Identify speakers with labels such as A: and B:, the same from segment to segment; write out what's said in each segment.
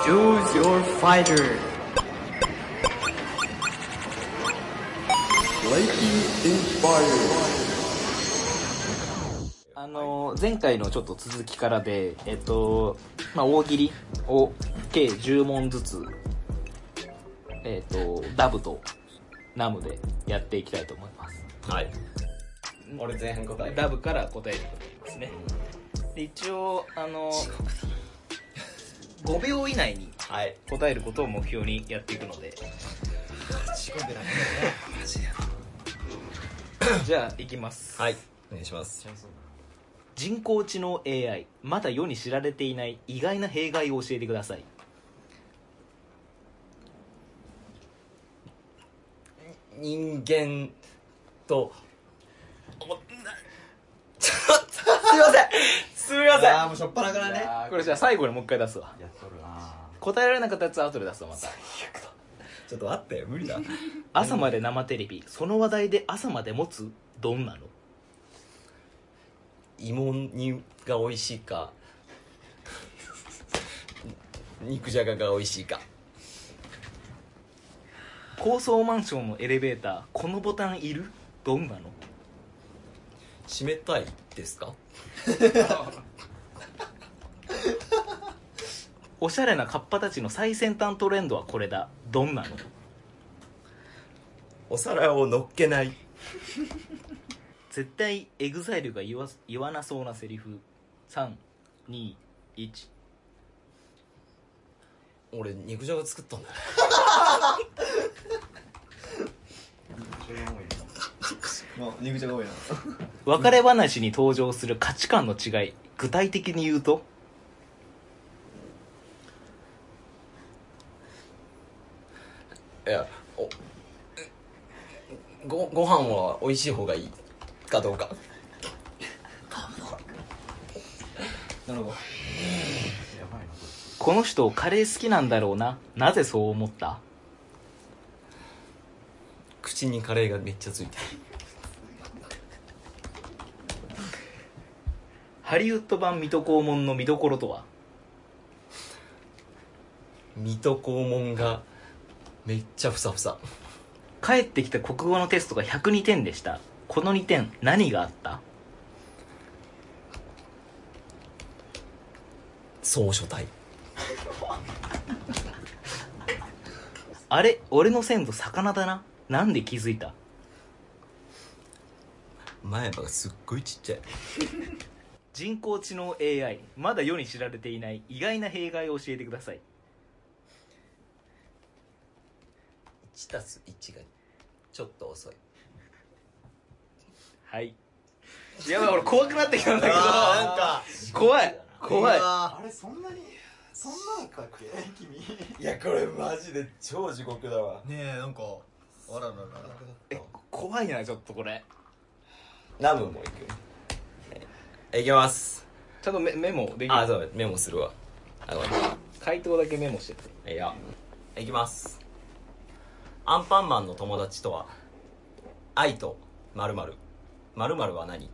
A: Choose your fighter.
B: Lightning Inspire。前回のちょっと続きからで、大喜利を計10問ずつ、ダブとナムでやっていきたいと思います。
C: はい。俺前半答える。
B: ダブから答えることになりますね。で一応5秒以内に答えることを目標にやっていくので、
C: 仕込んでないね。
B: じゃあいきます。
C: はい、お願いします。
B: 人工知能 AI、 まだ世に知られていない意外な弊害を教えてください。
C: 人間とすみません。
A: もうしょっぱなからね。
B: これじゃあ最後にもう一回出すわ。
A: やっとるな。
B: 答えられなかったやつは後で出すわ。また
C: ちょっと待って、無理だ。
B: 朝まで生テレビ、その話題で朝まで持つ、どんなの？
C: 芋煮が美味しいか肉じゃがが美味しいか。
B: 高層マンションのエレベーター、このボタンいる？どんなの？
C: 閉めたいですか？
B: おしゃれなカッパたちの最先端トレンドはこれだ、どんなの？
C: お皿を乗っけない。
B: 絶対エグザイルが言わなそうなセリフ。3、2、1。
C: 俺肉じゃが作ったんだよ。
A: 肉じゃが多いな。
B: 別れ話に登場する価値観の違い、具体的に言うと？
C: いや、ご飯は美味しい方がいいかどうか。
A: なるほど。
B: この人カレー好きなんだろうな、なぜそう思った？
C: 口にカレーがめっちゃついてる。
B: ハリウッド版水戸黄門の見どころとは？
C: 水戸黄門がめっちゃふさふさ。
B: 帰ってきた国語のテストが102点でした。この2点何があった？
C: 総書体。
B: あれ、俺の先祖魚だな、なんで気づいた？
C: 前歯がすっごいちっちゃい。
B: 人工知能 AI、 まだ世に知られていない意外な弊害を教えてください。
C: 1+1 がちょっと遅い。
B: はい。やばい、俺怖くなってきたんだけど。
C: なんか
B: 怖い。
A: あれそんなだったっけ君。
C: いやこれマジで超地獄だわ。
A: ねえ、なんかあららら。
B: 怖いな、ちょっとこれ。
C: ナムもいく。いきます。
B: ちゃんとメモできる？
C: あ、そうメモするわ。ごめん。
B: 回答だけメモしてて。
C: いや、いきます。アンパンマンの友達とは愛と〇〇。〇〇は何？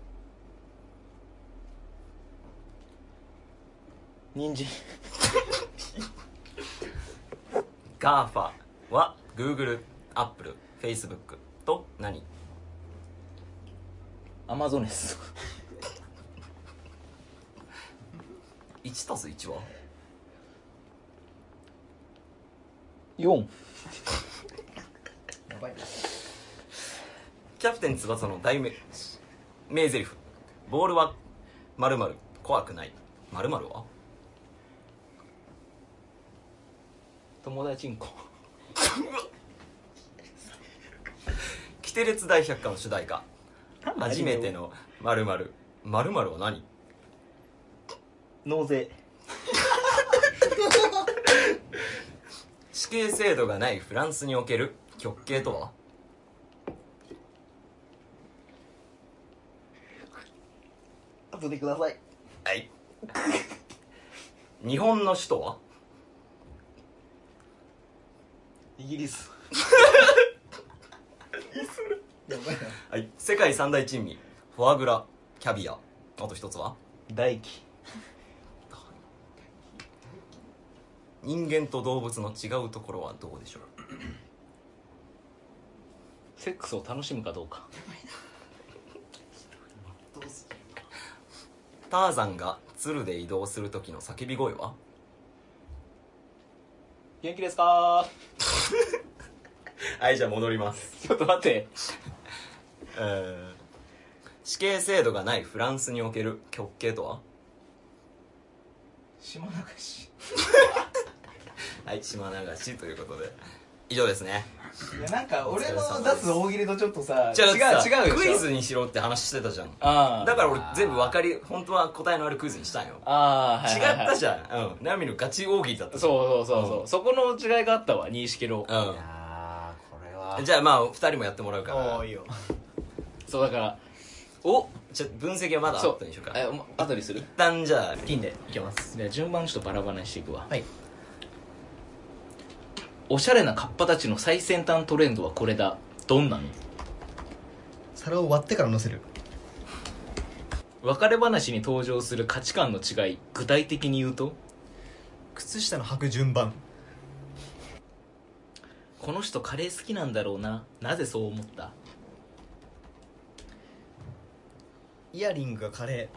B: 人参。
C: ガーファは Google、Apple、Facebook と何？
B: アマゾネス。
C: 1+1 は
B: 4。
A: やばいな。
C: キャプテン翼の名台詞。ボールは〇〇怖くない。〇〇は
B: 友達んこ。
C: キテレツ大百科の主題歌。初めての〇〇。〇〇は何？
B: 納税。
C: 死刑制度がないフランスにおける極刑とは？
B: 後でください。
C: はい。日本の首都は？
B: イギリス。
A: やばいな。
C: はい。世界三大珍味。フォアグラ、キャビア。あと一つは？
B: 大輝。
C: 人間と動物の違うところはどうでしょう？
B: セックスを楽しむかどうか。
A: どうする？
C: ターザンが鶴で移動する時の叫び声は？
B: 元気ですか？
C: はい、じゃあ戻ります。
B: ちょっと待って。
C: 死刑制度がないフランスにおける極刑とは？
B: 島流し。
C: はい、島流しということで以上ですね。
A: いやなんか俺の出す大喜利とちょっとさ
C: じゃあ
A: 違うよ。
C: クイズにしろって話してたじゃん。
B: ああ。
C: だから俺全部本当は答えのあるクイズにしたんよ。
B: ああ、はい
C: 違
B: はいはい。
C: ったじゃん。うん。ナミのガチ大喜利だったじゃん。
B: そうそうそうそう、そこの違いがあったわ、認識の。
C: う
A: いやーこれは
C: ん。じゃあまあ2人もやってもらうから
A: おーいいよ。
B: そうだから、お
C: 分析はまだ
B: そう
C: 後にしようか。
B: 後にする？
C: 一旦じゃあ
A: 金でいきます。
B: で順番ちょっとバラバラにしていくわ。
A: はい。
B: おしゃれなカッパたちの最先端トレンドはこれだ。どんなの？
A: 皿を割ってから乗せる。
B: 別れ話に登場する価値観の違い、具体的に言うと？
A: 靴下の履く順番。
B: この人カレー好きなんだろうな。なぜそう思った？
A: イヤリングがカレ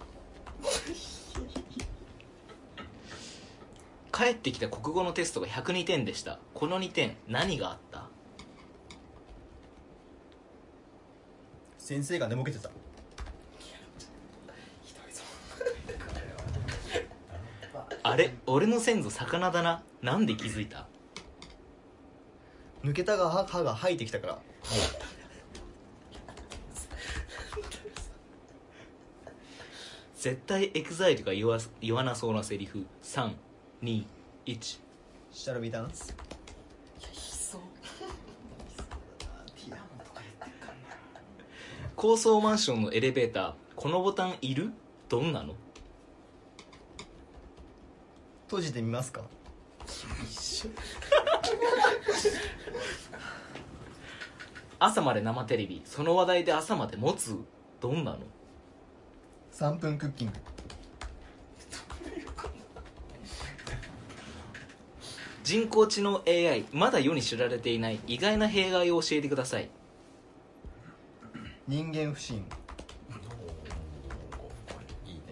B: 帰ってきた国語のテストが102点でした。この2点何があった？
A: ー。先生が寝ぼけてた。
B: あれ、俺の先祖魚だな。なんで気づいた？
A: 抜けたが歯が生えてきたから。
B: 絶対エグザイルが言わなそうなセリフ。3、2、1。
A: シャルビーダンス。
B: 高層マンションのエレベーター、このボタンいる？どんなの？
A: 閉じてみますか？
B: 朝まで生テレビ、その話題で朝まで持つ？どんなの？
A: 3分クッキング。
B: 人工知能 AI、まだ世に知られていない意外な弊害を教えてください。
A: 人間不信。
C: いいね。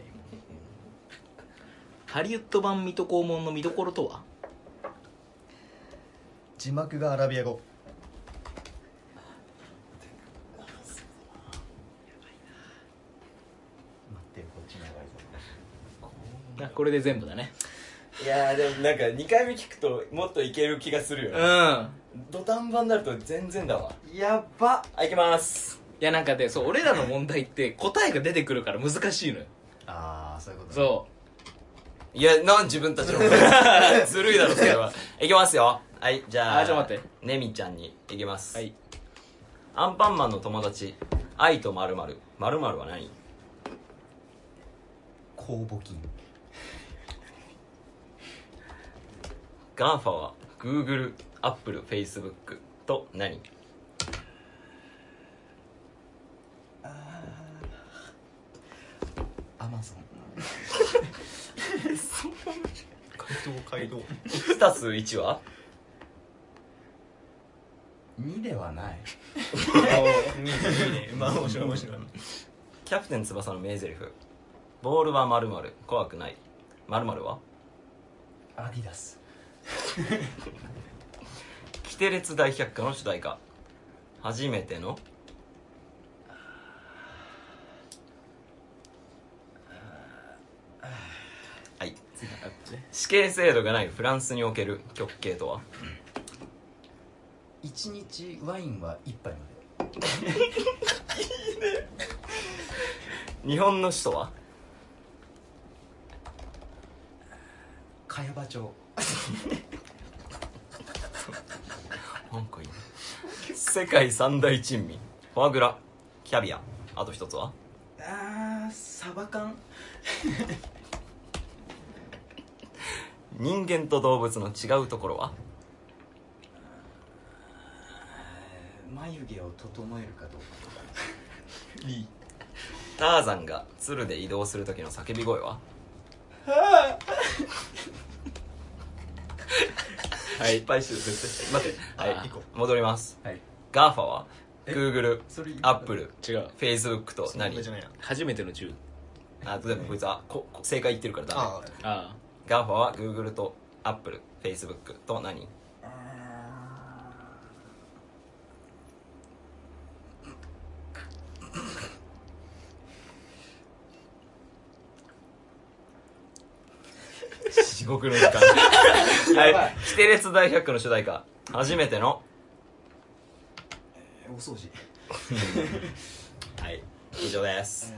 B: ハリウッド版水戸黄門の見どころとは？
A: 字幕がアラビア語。
B: これで全部だね。
C: いやーでもなんか2回目聞くともっといける気がするよね。
B: うん。
C: 土壇場になると全然だわ。
A: やっば。
C: はい、いきます。
B: いやなんかで、そう、俺らの問題って答えが出てくるから難しいのよ。
A: ああそういうこと。
B: そ
C: いや、自分たちのずるいだろそれは。いきますよ。はい、じゃあ
B: ちょっと待って。
C: ねみちゃんにいきま
B: う。
C: す。
B: はい。
C: アンパンマンの友達愛と〇〇〇〇は何？
A: 公募金。
C: ガーファは Google、Apple、Facebook と何？
A: アマゾン。街道。
C: 2足す1は
A: 2ではない。まあ面白い面白い。
C: キャプテン翼の名台詞ボールは〇〇怖くない〇〇は
A: アディダス。
C: キテレツ大百科の主題歌初めてのはい死刑制度がないフランスにおける極刑とは
A: 1日ワインは1杯まで。
C: 日本の首都は
A: 茅場町。
C: なんかいいね世界三大珍味フォアグラキャビアあと一つは
A: サバ缶。
C: 人間と動物の違うところは
A: 眉毛を整えるかどうかとか。いい。
C: ターザンが鶴で移動する時の叫び声は
B: はい
C: 失敗してる絶対待ってはい
B: あー
C: 行こう戻ります
A: はい
C: GAFA は
A: え
C: Google
A: それ
C: Apple
B: 違う
C: Facebook と何
D: じゃないな
B: 初めての10
C: あ例えばこいつは正解言ってるからダメ
D: あ
B: あ
C: GAFA は Google と Apple Facebook と何地獄の時間はい「キテレツ大百科」の主題歌初めての
A: お掃除
C: はい以上です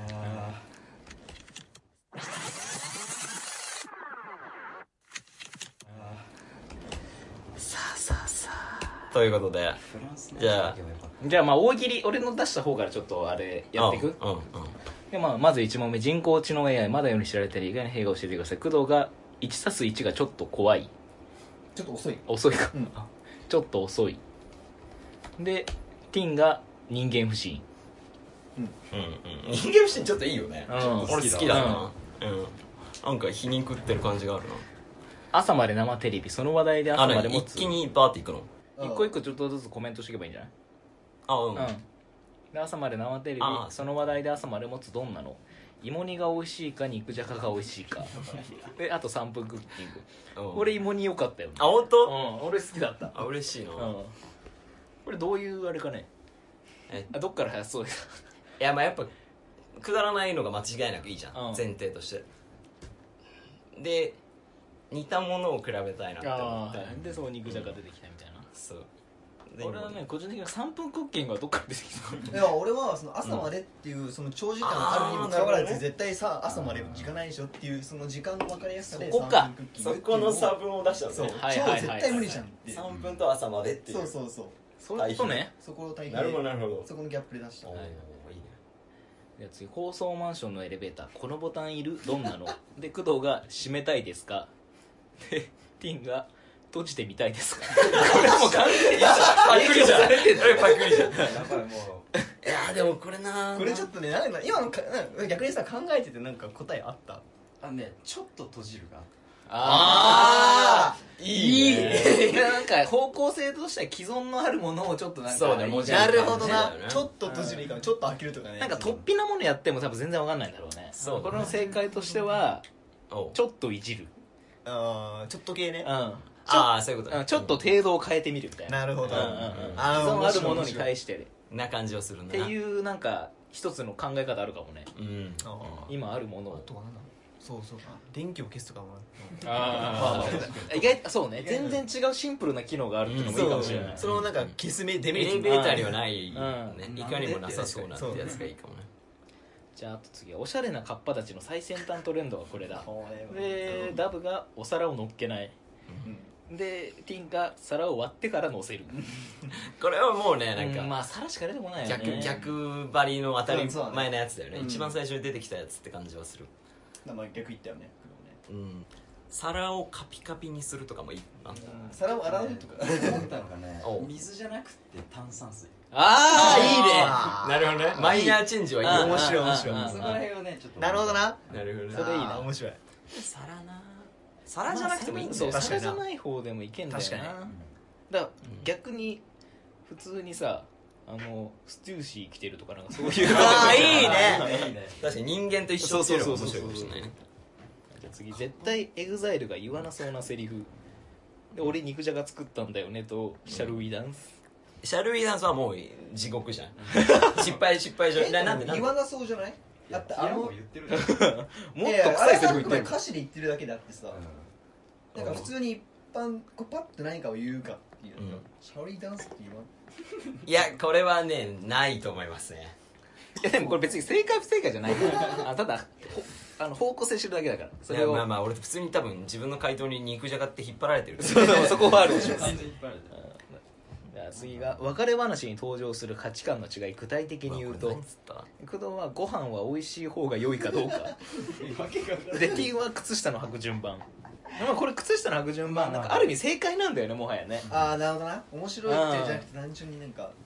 B: さあさあさあ
C: ということで
A: フランスの
C: じゃあ
B: じゃあまあ大喜利俺の出した方からちょっとあれやっていく、
C: うんうん
B: でまあ、まず1問目人工知能 AI まだ世に知られている意外な弊害を教えてください。工藤が 1+1 がちょっと怖い
D: ちょっと遅い
B: 遅いか、
D: うん
B: ちょっと遅いでティンが人間不信
C: うんうん人間不信ちょっといいよね
B: うん
C: 俺好きだなうんなんか皮肉ってる感じがある
B: 朝まで生テレビその話題で
C: な
B: 朝まで持つ
C: 一気にバーっていくの
B: 一個一個ちょっとずつコメントしていけばいいんじゃない？
C: あうん
B: で朝まで生テレビ
C: あ
B: その話題で朝まで持つどんなの芋煮が美味しいか肉じゃがが美味しいかであと3分クッキング
C: うん
B: 俺芋煮良かったよね
C: あ本当
B: 俺好きだった
C: あ嬉しいな
B: これどういうあれかね
C: え
B: どっから話そうですか
C: いやまあやっぱくだらないのが間違いなくいいじゃん
B: うん
C: 前提としてで似たものを比べたいなって思って
B: でその肉じゃが出てきたみたいな、
C: そうで
B: 俺はね個人的に3分クッキングはどっから出てきた
D: いや俺はその朝までっていうその長時間あるにもかかわら
C: あーなるほどね
D: ず絶対さ朝まで行かないでしょっていうその時間の分かりやすさで
B: そこか
D: 3分クッキングっていうのを
C: 分を出した
D: そう
B: はいはいはい
D: 超絶対無理じゃんって
C: 3分と朝までっていう
D: そうそうそう
B: そういうことね
D: そこの大
C: なるほど
D: 変
C: なるほど
D: そこのギャップで出した
C: おー
B: はい
C: いいね
B: では次高層マンションのエレベーターこのボタンいるどんなので工藤が閉めたいですかでティンが閉じてみたいですかこれはもう完全に
C: パクリじゃん俺パクリじゃんい
A: やっぱりも
C: やでもこれな
D: これちょっとねなんか今のかなんか逆にさ考えててなんか答えあった
A: うちょっと閉じるが
B: あ
C: いいね
B: いなんか方向性としては既存のあるものをちょっとなんか
C: そうね文字
D: な
C: あ
D: るほどな
C: 感じだよね
D: ちょっと閉じるいいかもちょっと開けるとかね
B: なんか突飛なものやっても多分全然わかんないんだろうね
C: そう
B: これの正解としては
C: おう
B: ちょっといじる
D: あーちょっと系ね
B: うん
C: ああそういうことね
B: ちょっと程度を変えてみるみたいな
D: なるほど
B: うんうんうん
D: あー
B: 既存あるものに
D: 面白い
B: 対して
C: な感じをするな
B: っていうなんか一つの考え方あるかもね
C: うん
D: あー
B: 今あるものを
D: あとはなんだそうそうか電気を消すとかも
B: ああ意外とそうね全然違うシンプルな機能があるっていうのもいいかもしれない
D: そのなんか消すデメ
C: エ
D: リット
C: レベーターにはない
B: うん
C: ねいかにもなさそうなってやつがいいかもね
B: じゃああと次はおしゃれなカッパたちの最先端トレンドがこれだ
D: これは
B: でダブがお皿を乗っけないでティンが皿を割ってから乗せる
C: これはもうねなんか
B: まあ皿しか出てこないよね
C: 逆張りの当たり
D: そうだね
C: 前のやつだよね
D: うん
C: 一番最初に出てきたやつって感じはする
D: まあ逆言ったよね
C: うん皿をカピカピにするとかもいいな
D: 皿を洗うとか
A: 思ったのがね
C: おう
A: 水じゃなくて炭酸水
B: ああいいね
D: あー
C: なるほどねマイナーチェンジはいい
B: あー
C: よ
D: 面白い面白い
B: あー
A: そこら辺をねちょっと
D: なるほどな
C: なるほどね
B: それいいな
D: あー面白い
C: 皿な皿じゃなくてもいいんだよ
B: そう
D: 確かにな
B: 皿じゃない方でもいけんだよな
D: 確かに
B: だから逆に普通にさステューシー着てるとかなんかそういう
D: あーいいね
A: いいね
C: 確かに人間と一緒っていうのが面白いかもしれないね
B: じゃあ次絶対エグザイルが言わなそうなセリフで俺肉じゃが作ったんだよねとシャルウィダンス
C: シャルウィーダンスはもう地獄じゃん失敗じゃんなんで
D: 言わなそうじゃないだって
A: いやもう言ってるじゃん
B: もっと
D: いや
B: 臭いセリフ言ってる
D: 歌詞で言ってるだけであってさなんか普通に一般こうパッと何かを言うかっていうのがシャオリーダンスって言わん
C: いやこれはねないと思いますね
B: いやでもこれ別に正解不正解じゃないからただ方向性してるだけだからそれを
C: まあまあ俺普通に多分自分の回答に肉じゃがって引っ張られてる
B: そうそうそこはあるでしょ
A: 完全に引っ張られてる
B: じゃあ次が別れ話に登場する価値観の違い具体的に言うと
C: 何つった
B: 工藤はご飯は美味しい方が良いかどうかでティンは靴下の履く順番まあこれ靴下の履く順番なんかある意味正解なんだよねもはやね
D: ああなるほどな面白いっていうんじゃなくて単純になんか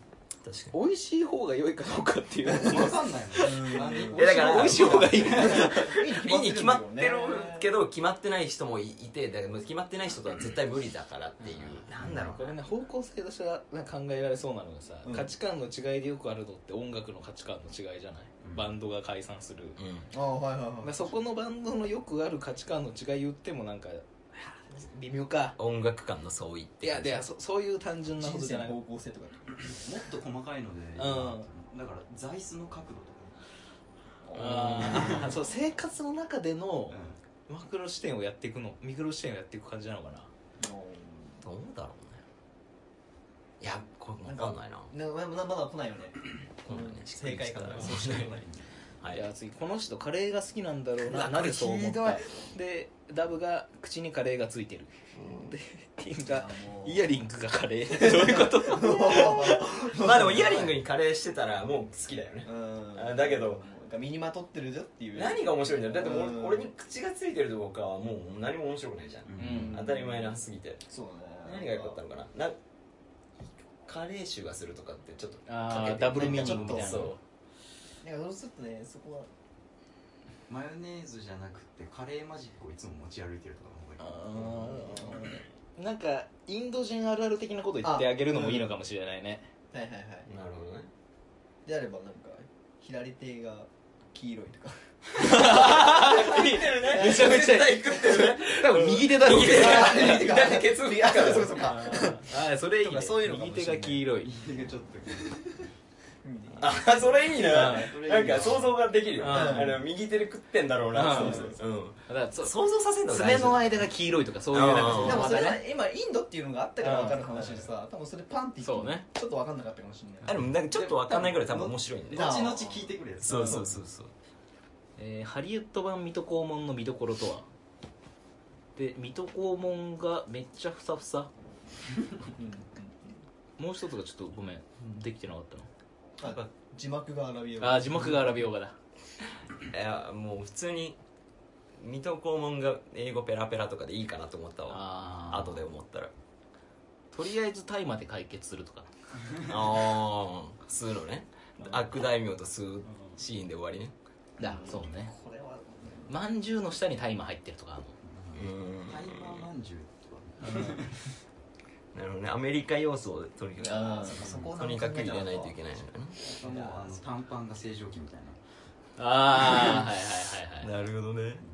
C: 確かに
B: 美味しい方が良いかどうかっていう
A: 分かんないもん何
C: いやだから
B: 美味しい方がいい
C: いいに決まってるけど決まってない人もいて、だから決まってない人とは絶対無理だからっていう、なんだろう
B: これね方向性としては考えられそうなのがさ、
D: うん
B: 価値観の違いでよくあるのって音楽の価値観の違いじゃない、
A: うん
B: バンドが解散する、
C: うん
D: ああはいはいはい
B: そこのバンドのよくある価値観の違い言ってもなんか微妙か。
C: 音楽観の相違って
B: いやでそういう単純なこ
D: 人生の
B: とじゃない。
D: 方向性とか
A: もっと細かいので、だから座椅子の角度と
B: あーそう生活の中での
A: か、
B: マクロ視点をやっていくの、ミクロ視点をやっていく感じなのかな。
C: どうだろうね。いやこれ分かんないな。
D: まだ来ないよね
C: 来ないね
D: 正解から
C: しっくりきたな
D: そうしないとない
C: はい
B: じゃあ次、この人カレーが好きなんだろうな、
C: うわ
B: なぜそう思っ
C: これ
B: た。でダブが口にカレーがついてる、でティンが
D: もう
B: イヤリングがカレーどういうこと
C: まあでもイヤリングにカレーしてたらもう好きだよね。
D: うん
C: だけど
D: 身にまとってるぞっていう
C: 何が面白いんだよ。だってもう
D: うん
C: 俺に口がついてるとこかはもう何も面白くないじゃん、
B: うん
C: 当たり前なすぎて。
D: そうだね
C: 何が良かったのかな。カレー臭がするとかってちょっと
B: あ
C: かけて
B: ーダブルミーニングみたいな。
C: そう
D: なんかそうするとねそこは
A: マヨネーズじゃなくてカレーマジックをいつも持ち歩いてるとかの方がいい。
B: なんかインド人あるある的なこと言ってあげるのもいいのかもしれないね。
D: はいはいはい
C: なるほどね。
D: であればなんか左手が黄色いとか
B: めちゃめちゃ
C: 絶対食ってるね。
B: 多分右手だろうけど。
C: 右手左手ケツ
D: あそうかそうか
B: あーそれいいね。
D: とかそういうのかも
B: 右
D: しれない
B: 手が黄色い。
A: 右手がちょっと
C: あそれいいな。
A: それいい
C: なんか想像ができるよ。
B: うん
C: 右手で食ってんだろうな。
B: うん
C: そう
B: だからそ
C: 想像させるの
B: 爪の間が黄色いとかそういうなんか
C: うん
D: でもそれは
B: ね。
D: 今インドっていうのがあったから分かる話でさ多分それパンって言っても
B: そうね
D: ちょっと分かんなかったかもしれない
C: あでもなんかちょっとわかんないぐらい多分面白いんで。
D: じゃあ
A: 後々聞いてくるやつ。
C: そうそうそうそう。
B: ハリウッド版水戸黄門の見どころとは。で水戸黄門がめっちゃふさふさ。もう一つがちょっとごめんできてなかったの。
D: あ字幕がアラビア語
B: あー字幕がアラビア語だ。
C: いやもう普通に水戸黄門が英語ペラペラとかでいいかなと思ったわ。
B: あ
C: 後で思ったら。
B: とりあえずタイまで解決するとか。
C: ああ吸うのね。悪大名と吸うシーンで終わりね。
B: だそうね。
D: これは
B: まんじゅうの下に大麻入ってるとか。
A: タイマーまんじゅうとか。
C: なるほどね。アメリカ要素をとにか
B: あー
D: そこを
C: とにかく入れないといけないのね。
A: もう短パンが正常期みたいな。
B: ああはいはいはいはい。
C: なるほどね。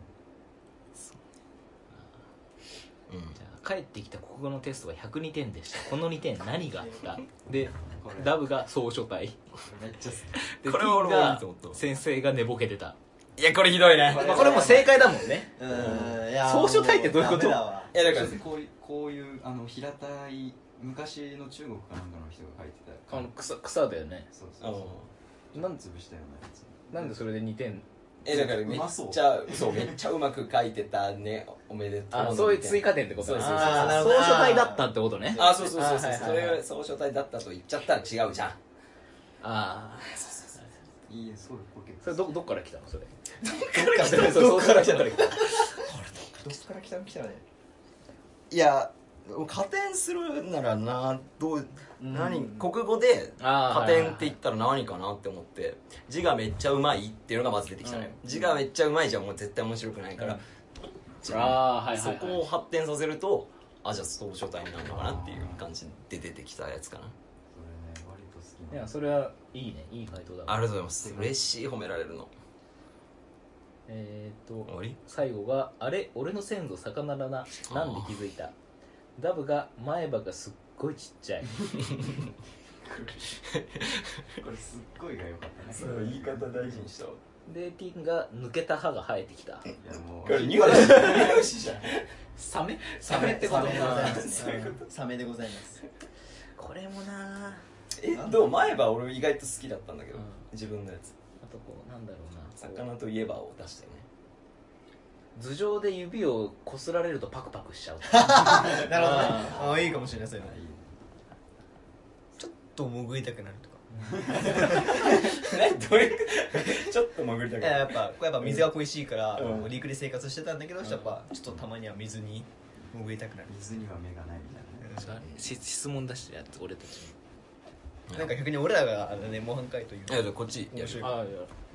C: うん。
B: じゃあ帰ってきた国語のテストは102点でした。この2点何があったで
A: これ
B: ダブが総書体
A: めっちゃ好
B: で
C: これは俺もいいと思った
B: ティンが先生が寝ぼけてた。
C: いやこれひどいね。
B: まあこれも正解だもんね。
D: うんいや
B: 総書体ってどういうこと
D: ダメだわ
C: いやだから
A: き。こういう平たい昔の中国かなんかの人が書いてた
B: 草だよね。
A: そう
C: あの
B: なん
A: 潰したようなやつ。
B: なんでそれで2点。
C: だからめっちゃそうめっちゃうまく書いてたね。おめでとう。
B: あそういう追加点ってこと
C: そうそうそう
B: あー
D: なるほど
B: 総書体だったってことね。
C: あそうそうそうそう。そ
B: あはいはいはい
C: れが総書体だったと言っちゃったら違うじゃん。
B: ああ
A: いいそうこれ
B: それどっから来たのそれ。
D: どっから来た
B: どっから来た
D: どっから来たの来たね
C: いや加点するならな何国語で
B: あー
C: 加点って言ったら何かなって思って字がめっちゃうまいっていうのがまず出てきたのよ。字がめっちゃうまいじゃもう絶対面白くないから。じゃ
B: あーはいはいはい
C: そこを発展させるとじゃあ総書体になるのかなっていう感じで出てきたやつかな。
A: それね割と好き
B: い
A: な
B: やそれはいいね、いい回答だわ。
C: ありがとうございます。嬉しい褒められるの。終わり？
B: 最後があれ俺の先祖魚だな、なんで気づいた。ダブが前歯がすっごいちっちゃい。
A: これすっごいが良かったね。
C: 言い方大事にしたわ。
B: でティンが抜けた歯が生えてきた。
A: いやもう
C: これ乳歯じゃん。
B: サメサメってこと
D: サメでございま
B: か。
D: すサメでございます
B: これもな
C: どう前歯俺意外と好きだったんだけど、
B: うん
C: 自分のやつ。
B: あとこうなんだろうな、
C: 魚といえばを出してね。
B: 頭上で指をこすられるとパクパクしちゃう。
D: なるほどねあいいかもしれないそういうの
A: いい
D: ちょっと潜りたくなるとか
C: どういうちょっと潜りたくなる。
D: やっぱ水が恋しいから
C: うん
D: 陸で生活してたんだけどやっぱちょっとたまには水に潜りたくなる
A: 水には目がないみたいなね。
B: 質問出してやつ俺たちに。
D: なんか逆に俺らが模範解答言う
C: いやこっちやるよ。
B: あ
C: あり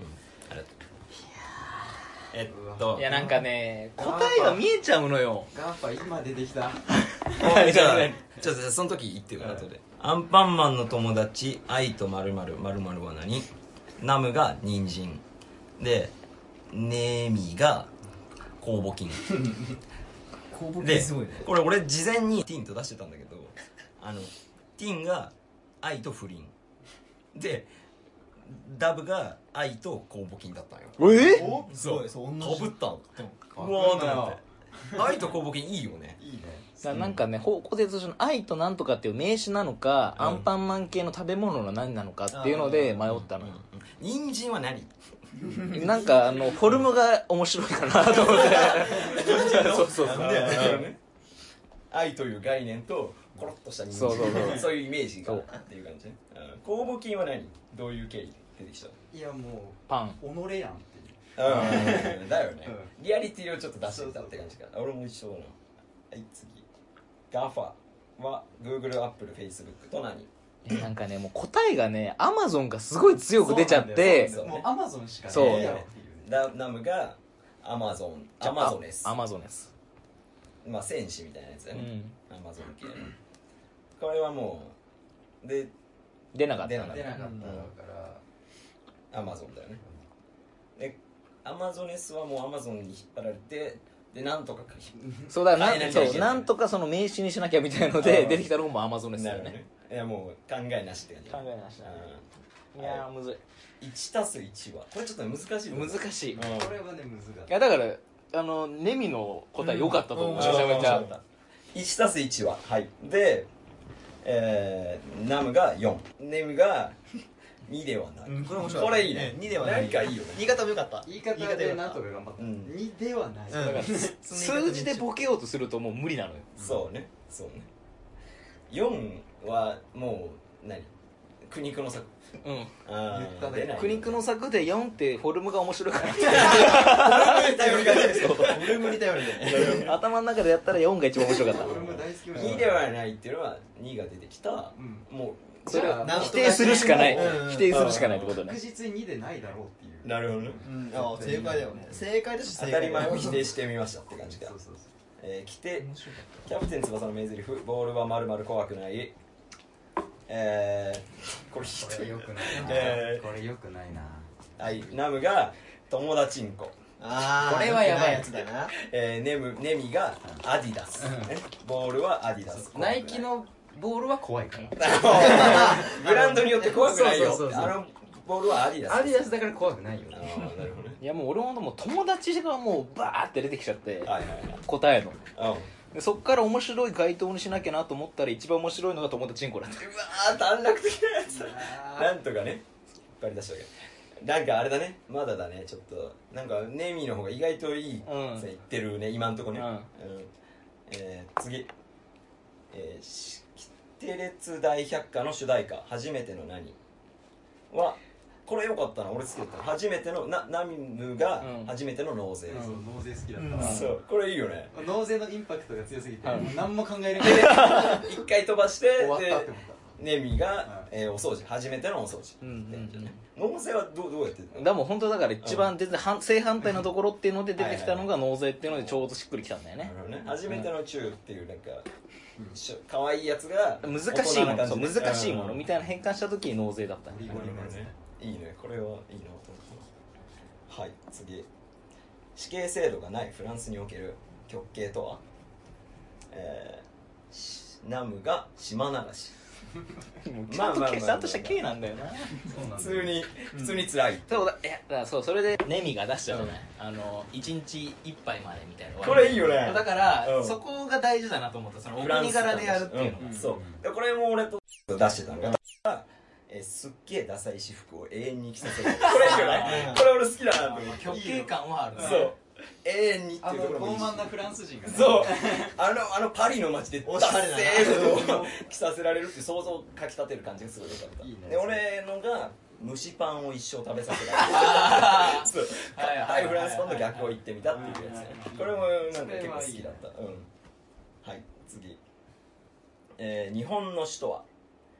C: がとう。
B: いやなんかね答えが見えちゃうのよ。
A: ガンパ今出てきた。
C: じゃあその時言ってよ後で。アンパンマンの友達愛と〇〇〇〇は何？ナムが人参でネミが酵母菌
D: 公募
C: ですこれ俺事前にティンと出してたんだけどティンが愛と不倫でダブが愛と酵母菌だったのよ。
D: すごいそう同じ
C: かぶったのうわーと思って愛と酵母菌いいよね。
A: いいね。
B: なんかね方向性としての愛となんとかっていう名詞なのか、アンパンマン系の食べ物の何なのかっていうので迷ったのよ。
C: 人参は何？
B: なんかフォルムが面白いかなと思ってそうそうそう
C: 愛という概念とコロッとした人参そういうイメージがっていう感じね。酵母菌は何？どういう経緯で出てきたの？
A: いやもう
B: パン
A: 己やんっていう。
C: だよね。リアリティをちょっと出してきたって感じか。俺も一緒だな。はい次。ガファは Google、Apple、Facebook と何？
B: なんかねもう答えがねアマゾンがすごい強く出ちゃって
C: そう
A: もうアマゾンしか
B: そう
A: ないやろっていう。
C: ナムがアマゾネス。
B: アマゾネス
C: まあ戦士みたいなやつだよね。
B: うん
C: アマゾン系の。これはもうで
B: 出なかった
C: 出なかっ
A: 出なかったから
C: アマゾンだよね。でアマゾネスはもうアマゾンに引っ張られてでなんとか
B: そうだな
C: 変えなきゃいけない
B: そうなんとかその名詞にしなきゃみたいので出てきたのもアマゾネスだよね。
C: いやもう考えなしって感じ。
B: 考えなしだね。いやーむずい
C: 1たす1はこれちょっと難しい
B: 難しい。い
A: これはね難しい。
B: やだからネミの答え良かったと思う。めちゃめちゃ
C: 1たす1ははいでナムが4ネムが2ではない、
D: これ面白い
C: これいいね
D: 2ではない
C: なんかいいよね
D: 言い方もよかった
A: 言い方でなんとか頑張った。2ではない。
B: だから数字でボケようとするともう無理なのよ。
C: そうね4はもう何苦肉の策
B: うん
C: あ
A: 言ったね
C: 出ない
B: 苦肉の策で4ってフォルムが面白いから
D: 頼りがねフォルムに頼りで
B: 頭の中でやったら4が一番面白かった。
A: 俺も大好き
C: 2ではないっていうのは2が出てきた、
A: うん
C: も
B: それは
A: じゃあ
B: 否定するしかない
D: うん
B: 否定するしかないってことね
A: 確。実に2でないだろうっていう。
C: うなるほどね
D: あ正解だよね正解だし
C: 当たり前を否定してみましたって感じか
A: そうそう
C: 来てキャプテン翼の名台詞ボールはまるまる怖くないこれひどい
A: これよくないな。これよくないな。
C: はいナムが友達んこ
D: あ
B: これはやばい
D: やつだな
C: ネミがアディダス、ボールはアディダス
A: ナイキのボールは怖いから。
C: ブランドによって怖くないよ
A: そうそうそうそう
C: あのボールはアディダス
A: アディダスだから怖くないよ。
C: あーなるほどね
B: いやもう俺も友達がもうバーって出てきちゃって
C: はいはい
B: 答えの
C: はい
B: でそっから面白い回答にしなきゃなと思ったら一番面白いのが友達チンコだった。
C: うわー短絡的なやつなんとかね引っ張り出したわけなんかあれだねまだだねちょっとなんかネミの方が意外といい
B: うん
C: 言ってるね今んとこね、
B: うん
C: 次キテレツ大百科の主題歌「初めての何」はこれ良かったな俺好きだった初めてのナミが初めての納税、
A: そう納税好きだったわ。
C: そうこれいいよね
A: 納税のインパクトが強すぎて
B: うん
A: 何も考えれない。
C: 一回飛ばして
A: 終わったって思っ
C: ネミが、お掃除初めてのお掃除、
B: うんうんうん
C: って感じだね納税はどうやってるの
B: だからもう本当だから一番全然正反対のところっていうので出てきたのが納税っていうのでちょうどしっくりきたんだよね。
C: なるほどね初めてのチューっていうなんか可愛いやつが
B: 難しいものそう
C: 大人な感じ
B: 難しいものみたいな変換した時に納税だったね。
A: ゴリゴリのやつね。
C: いいねこれはいいなと思ったはい次死刑制度がないフランスにおける極刑とはナムが島流し
B: もうちゃんとちゃんとした刑なんだよな。
A: そうなんだ。
C: 普通に辛い
B: そうだいやだからそうそれでネミが出したじゃない1日1杯までみたいな
C: これいいよね
B: だから
C: うん
B: そこが大事だなと思ったそのお国柄でやるっていうのが
C: そうでこれも俺と出してたのがすっげえダサい私服を永遠に着させるこれいいよねこれ俺好きだなと思って
B: 極刑感はあるね。
C: そう永遠にって
A: あの
C: いうところもいいし
A: 傲慢なフランス人がね。
C: そうあのパリの街で
D: おしゃれだな
C: ダッセー服を着させられるっていう想像をかきたてる感じがすごい良かった
A: いいね
C: で俺のが蒸しパンを一生食べさせられるそう
B: はいはい
C: 硬いフランスパンの逆を言ってみたっていうやつねこれもなんか結構好きだったはい次日本の首都は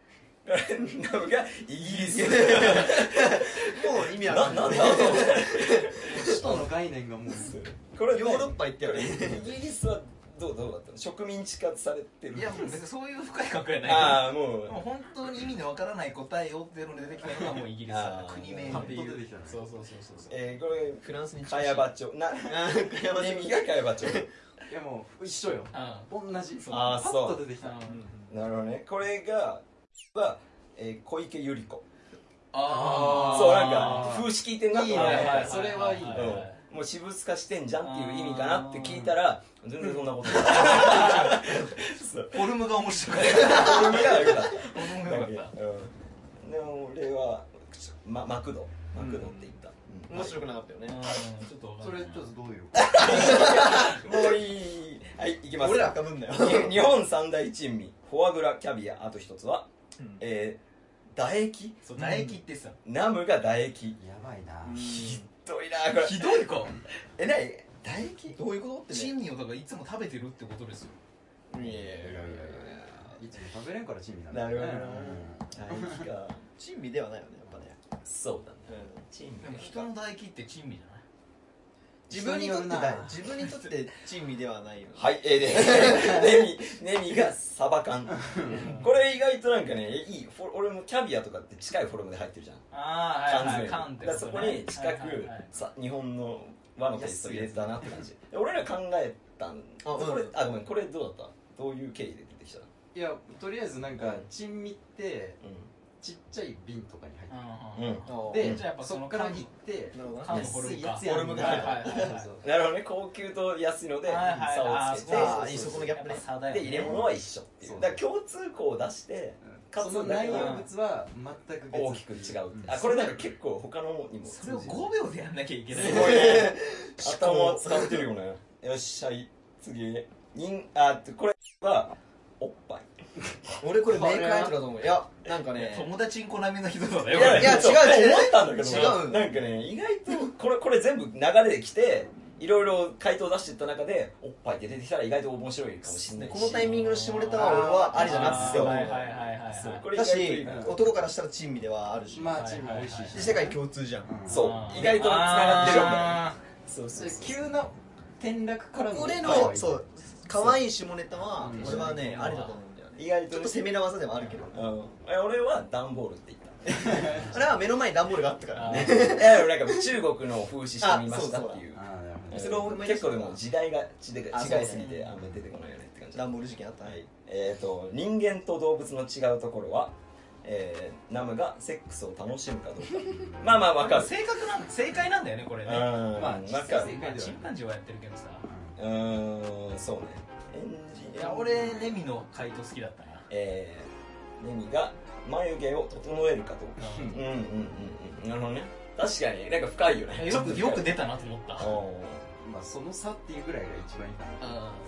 C: ナムがイギリス
D: もう意味わかんない
C: なんだと思って
A: 首都の概念がもう
C: これね
D: ヨーロッパ行ってる
C: イギリスはどうだったの？植民地化されてる。
B: いやもう別にそういう深い関係はない
C: ああもう
B: もう本当に意味のわからない答えをっていうので出てきたのがもうイギリス
C: あー
B: 国名
A: パッ
B: っていう
A: と出てきたね
B: そうそうそう
C: これ
D: フランスに
C: カヤバチョネミがカヤバチョ
A: いやもう一緒よ同じ
B: そう
C: あー
A: パッと出てきた
C: なるほどね。これが小池百合子。
B: あ
C: そうなんか風刺聞いてんなと思って
A: いいねそれはいい
C: もう私物化してんじゃんっていう意味かなって聞いたら全然そんなことないそう
B: フォルムが面白かっ
C: フォルムが良かった
B: たフォルムが良かった
C: でも俺はマクドって言った
D: 面白くなかったよね
B: ちょっとわかん
A: それ
B: ない
A: ちょっとどういう
C: もういいはい行きます
D: 俺らかぶんなよ
C: 日本三大珍味フォアグラキャビアあと一つは唾液
B: そう唾液ってさ
C: ナムが唾液
A: やばいな
C: ひどいなこれ
B: ひどいか
C: 何唾液
D: どういうことってね
B: 珍味をだからいつも食べてるってことですよ
D: いやいやいや
A: いつも食べれんから珍味なんだ
C: なるほどな
A: うん
C: 唾液か
D: 珍味ではないよねやっぱね
C: そうだね珍味
B: でも人の唾液って珍味じゃない
D: 自分にとって
A: 人によるな
D: 自分にとって珍味ではないよね
C: はいネミがサバ缶これ意外となんかねいい俺もキャビアとかって近いフォルムで入ってるじゃん缶詰に
B: 缶って
C: だからそこに近く日本の和のテイスト入れたなって感じ俺ら考えたんこれごめんこれどうだったどういう経緯で出てきた
A: いやとりあえずなんか珍味ってちっちゃい瓶とかに入ってで
B: じゃあやっぱその
A: そっから行って
D: なるほど
B: 缶のフォルムか
A: 安いやつやん
B: フォルムがはいはいはい
A: そう
C: なるほどね高級と安いので差をつけて
D: あーいいそこのギャップね
C: で入れ物は一緒っていうだから共通項を出してかつ
A: その内容物は全く別
C: 大きく違うあこれなんか結構他のにも
B: それを5秒でやんなきゃいけない
C: すごいね頭使ってるよねよっしゃい次これはおっぱい
D: 俺これメーカーやつだと思ういやなんかね
B: 友達んこ並みのひどさだよ
D: いや違う
C: 思ったんだけど
D: 違う
C: なんかね意外とこれ全部流れできていろいろ回答出していった中でおっぱいって出てきたら意外と面白いかもしれないし
D: このタイミングの下ネタは俺はありだなって思う
B: はいはいはいはい
C: そうこれ
D: だ
C: 意外といい
D: し
C: な
D: 男からしたら珍味ではあるし
A: まあ珍味美味しいし
D: で世界共通じゃん
C: そう意外とつながってるんだよ
B: あ
C: そうそうそう
A: 急な転落からの
D: 俺
A: はい
D: のそう可愛い下ネタは
A: うん
D: 俺はねありだと思うんだよね
C: 意外と
D: ちょっと攻めな技でもあるけど
C: 俺は段ボールって言った
D: あれは目の前に段ボールがあったからね
C: いやなんか中国の風刺してみましたっていう
A: あーなるほど
C: それを結構でも時代が違いすぎてあんま出てこないよねって感じ
D: 段ボール事件あったね
C: 人間と動物の違うところはナムがセックスを楽しむかどうかまあまあわかる
B: 正解なんだよねこれね
A: まあ実際正解では
B: チンパンジーはやってるけどさ
C: そうねエンジ
B: いや俺レミの回答好きだったな
C: ネミが眉毛を整えるかどうかなるほどね確かになんか深いよね
B: よく出たなと思った
A: まあその差っていうぐらいが一番いいか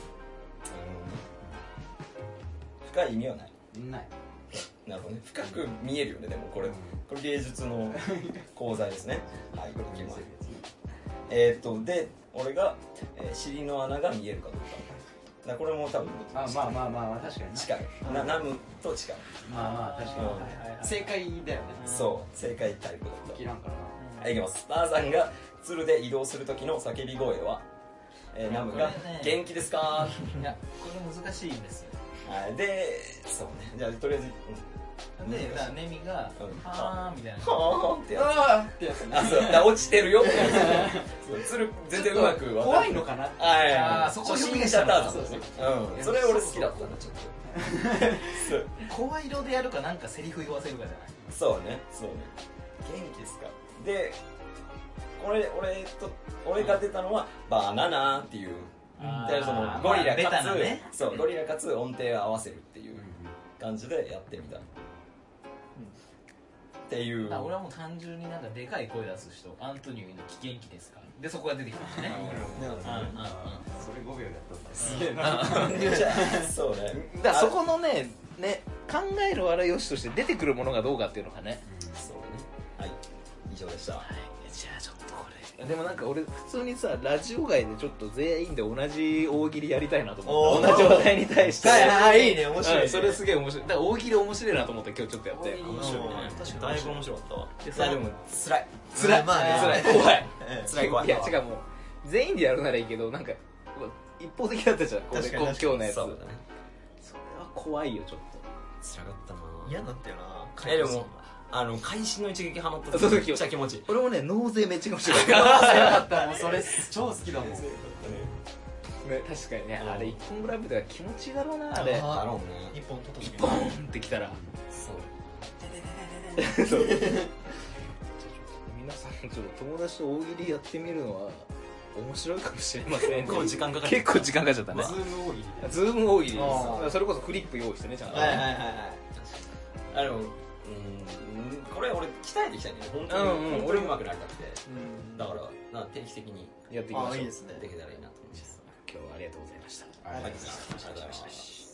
C: 深い意味はない
A: なない
C: なるほどね深く見えるよねでもこれ芸術の講座ですねはいこれいきますで俺が尻の穴が見えるかどうかこれも多分
A: まあ確かに
C: 近いナムと近い
A: まあまあ確かに正解だよね
C: そう正解タイプだった
A: 切らんからな
C: はい、いきます。ターザンが鶴で移動する時の叫び声は、ナムが
B: これね
C: 元気ですか
B: いやこれ難しいんですよ
C: はい、で、そうね。じゃあとりあえず、
B: でだからネミが
C: うん
B: はーみたいな
C: はーってや
A: あーってやつ
C: つ。あ、そう、だから落ちてるよってやつ。そう鶴全然うまく
A: 怖いのかなって
C: はい
B: あーそこ
C: 初心
B: 表現したのか
C: 者ターザンですね。うん。それ俺好きだったな、ちょっと。そう
B: 声色でやるかなんかセリフ言わせるかじゃない
C: そうね。元気ですかで、俺が出たのは、バナナっていう。でそのゴリラ
B: ベ
C: かつ、
B: タなね
C: そうゴリラかつ音程を合わせるっていう感じでやってみた、っていう
B: 俺はもう単純になんかでかい声出す人アントニオ猪木元気ですかでそこが出てきましたね
A: それ5秒やったんだすげえな
C: じゃあそうね
B: だからそこのね考える笑いよしとして出てくるものがどうかっていうのがね
C: そうねはい以上でした
B: じゃあちょっとこれでもなんか俺普通にさラジオ外でちょっと全員で同じ大喜利やりたいなと思った同じ話題に対して
D: はいいいね面白いね
B: それすげえ面白いだから大喜利面白いなと思って今日ちょっとやって
C: 面白いね確かにだいぶ面白かったわ
B: でさ
C: でも辛い
B: 辛い
D: まあね
B: 辛い怖い
C: 辛い怖い
B: いや違うもう全員でやるならいいけどなんか一方的だったじゃんこれ
D: 確かに
B: 今日のやつそれ
C: そうだね
B: は怖いよちょっ
C: 辛かったな
D: 嫌になったよな
C: でも会心の一撃ハマった
B: そうそう
C: めっちゃ気持ちいい
B: と俺もね納税めっちゃ面白い
A: もうそれ超好きだもん
B: ね、確かにね、あれ一本グラブとか気持ちいいだろうなあれ
C: だろうね
D: 一本取った時
B: ボーンってきたら
C: そう
B: そう皆さんちょっと友達と大喜利やってみるのは面白いかもしれませんね
C: 結構時間かかっ
B: 結構時間かかっちゃったね
A: ズーム多い
B: ズーム大喜利
D: あー
B: ですそれこそフリップ用意してねちゃんとね
D: はいはいはいはい
C: でもこれ俺鍛えてきたんだよ本当に本当に上手くなりたくてだから定期的に
B: やっていきましょう
D: あいいですね
C: できたらいいなと思います
B: 今日はありがとうございました
C: ありがとうございました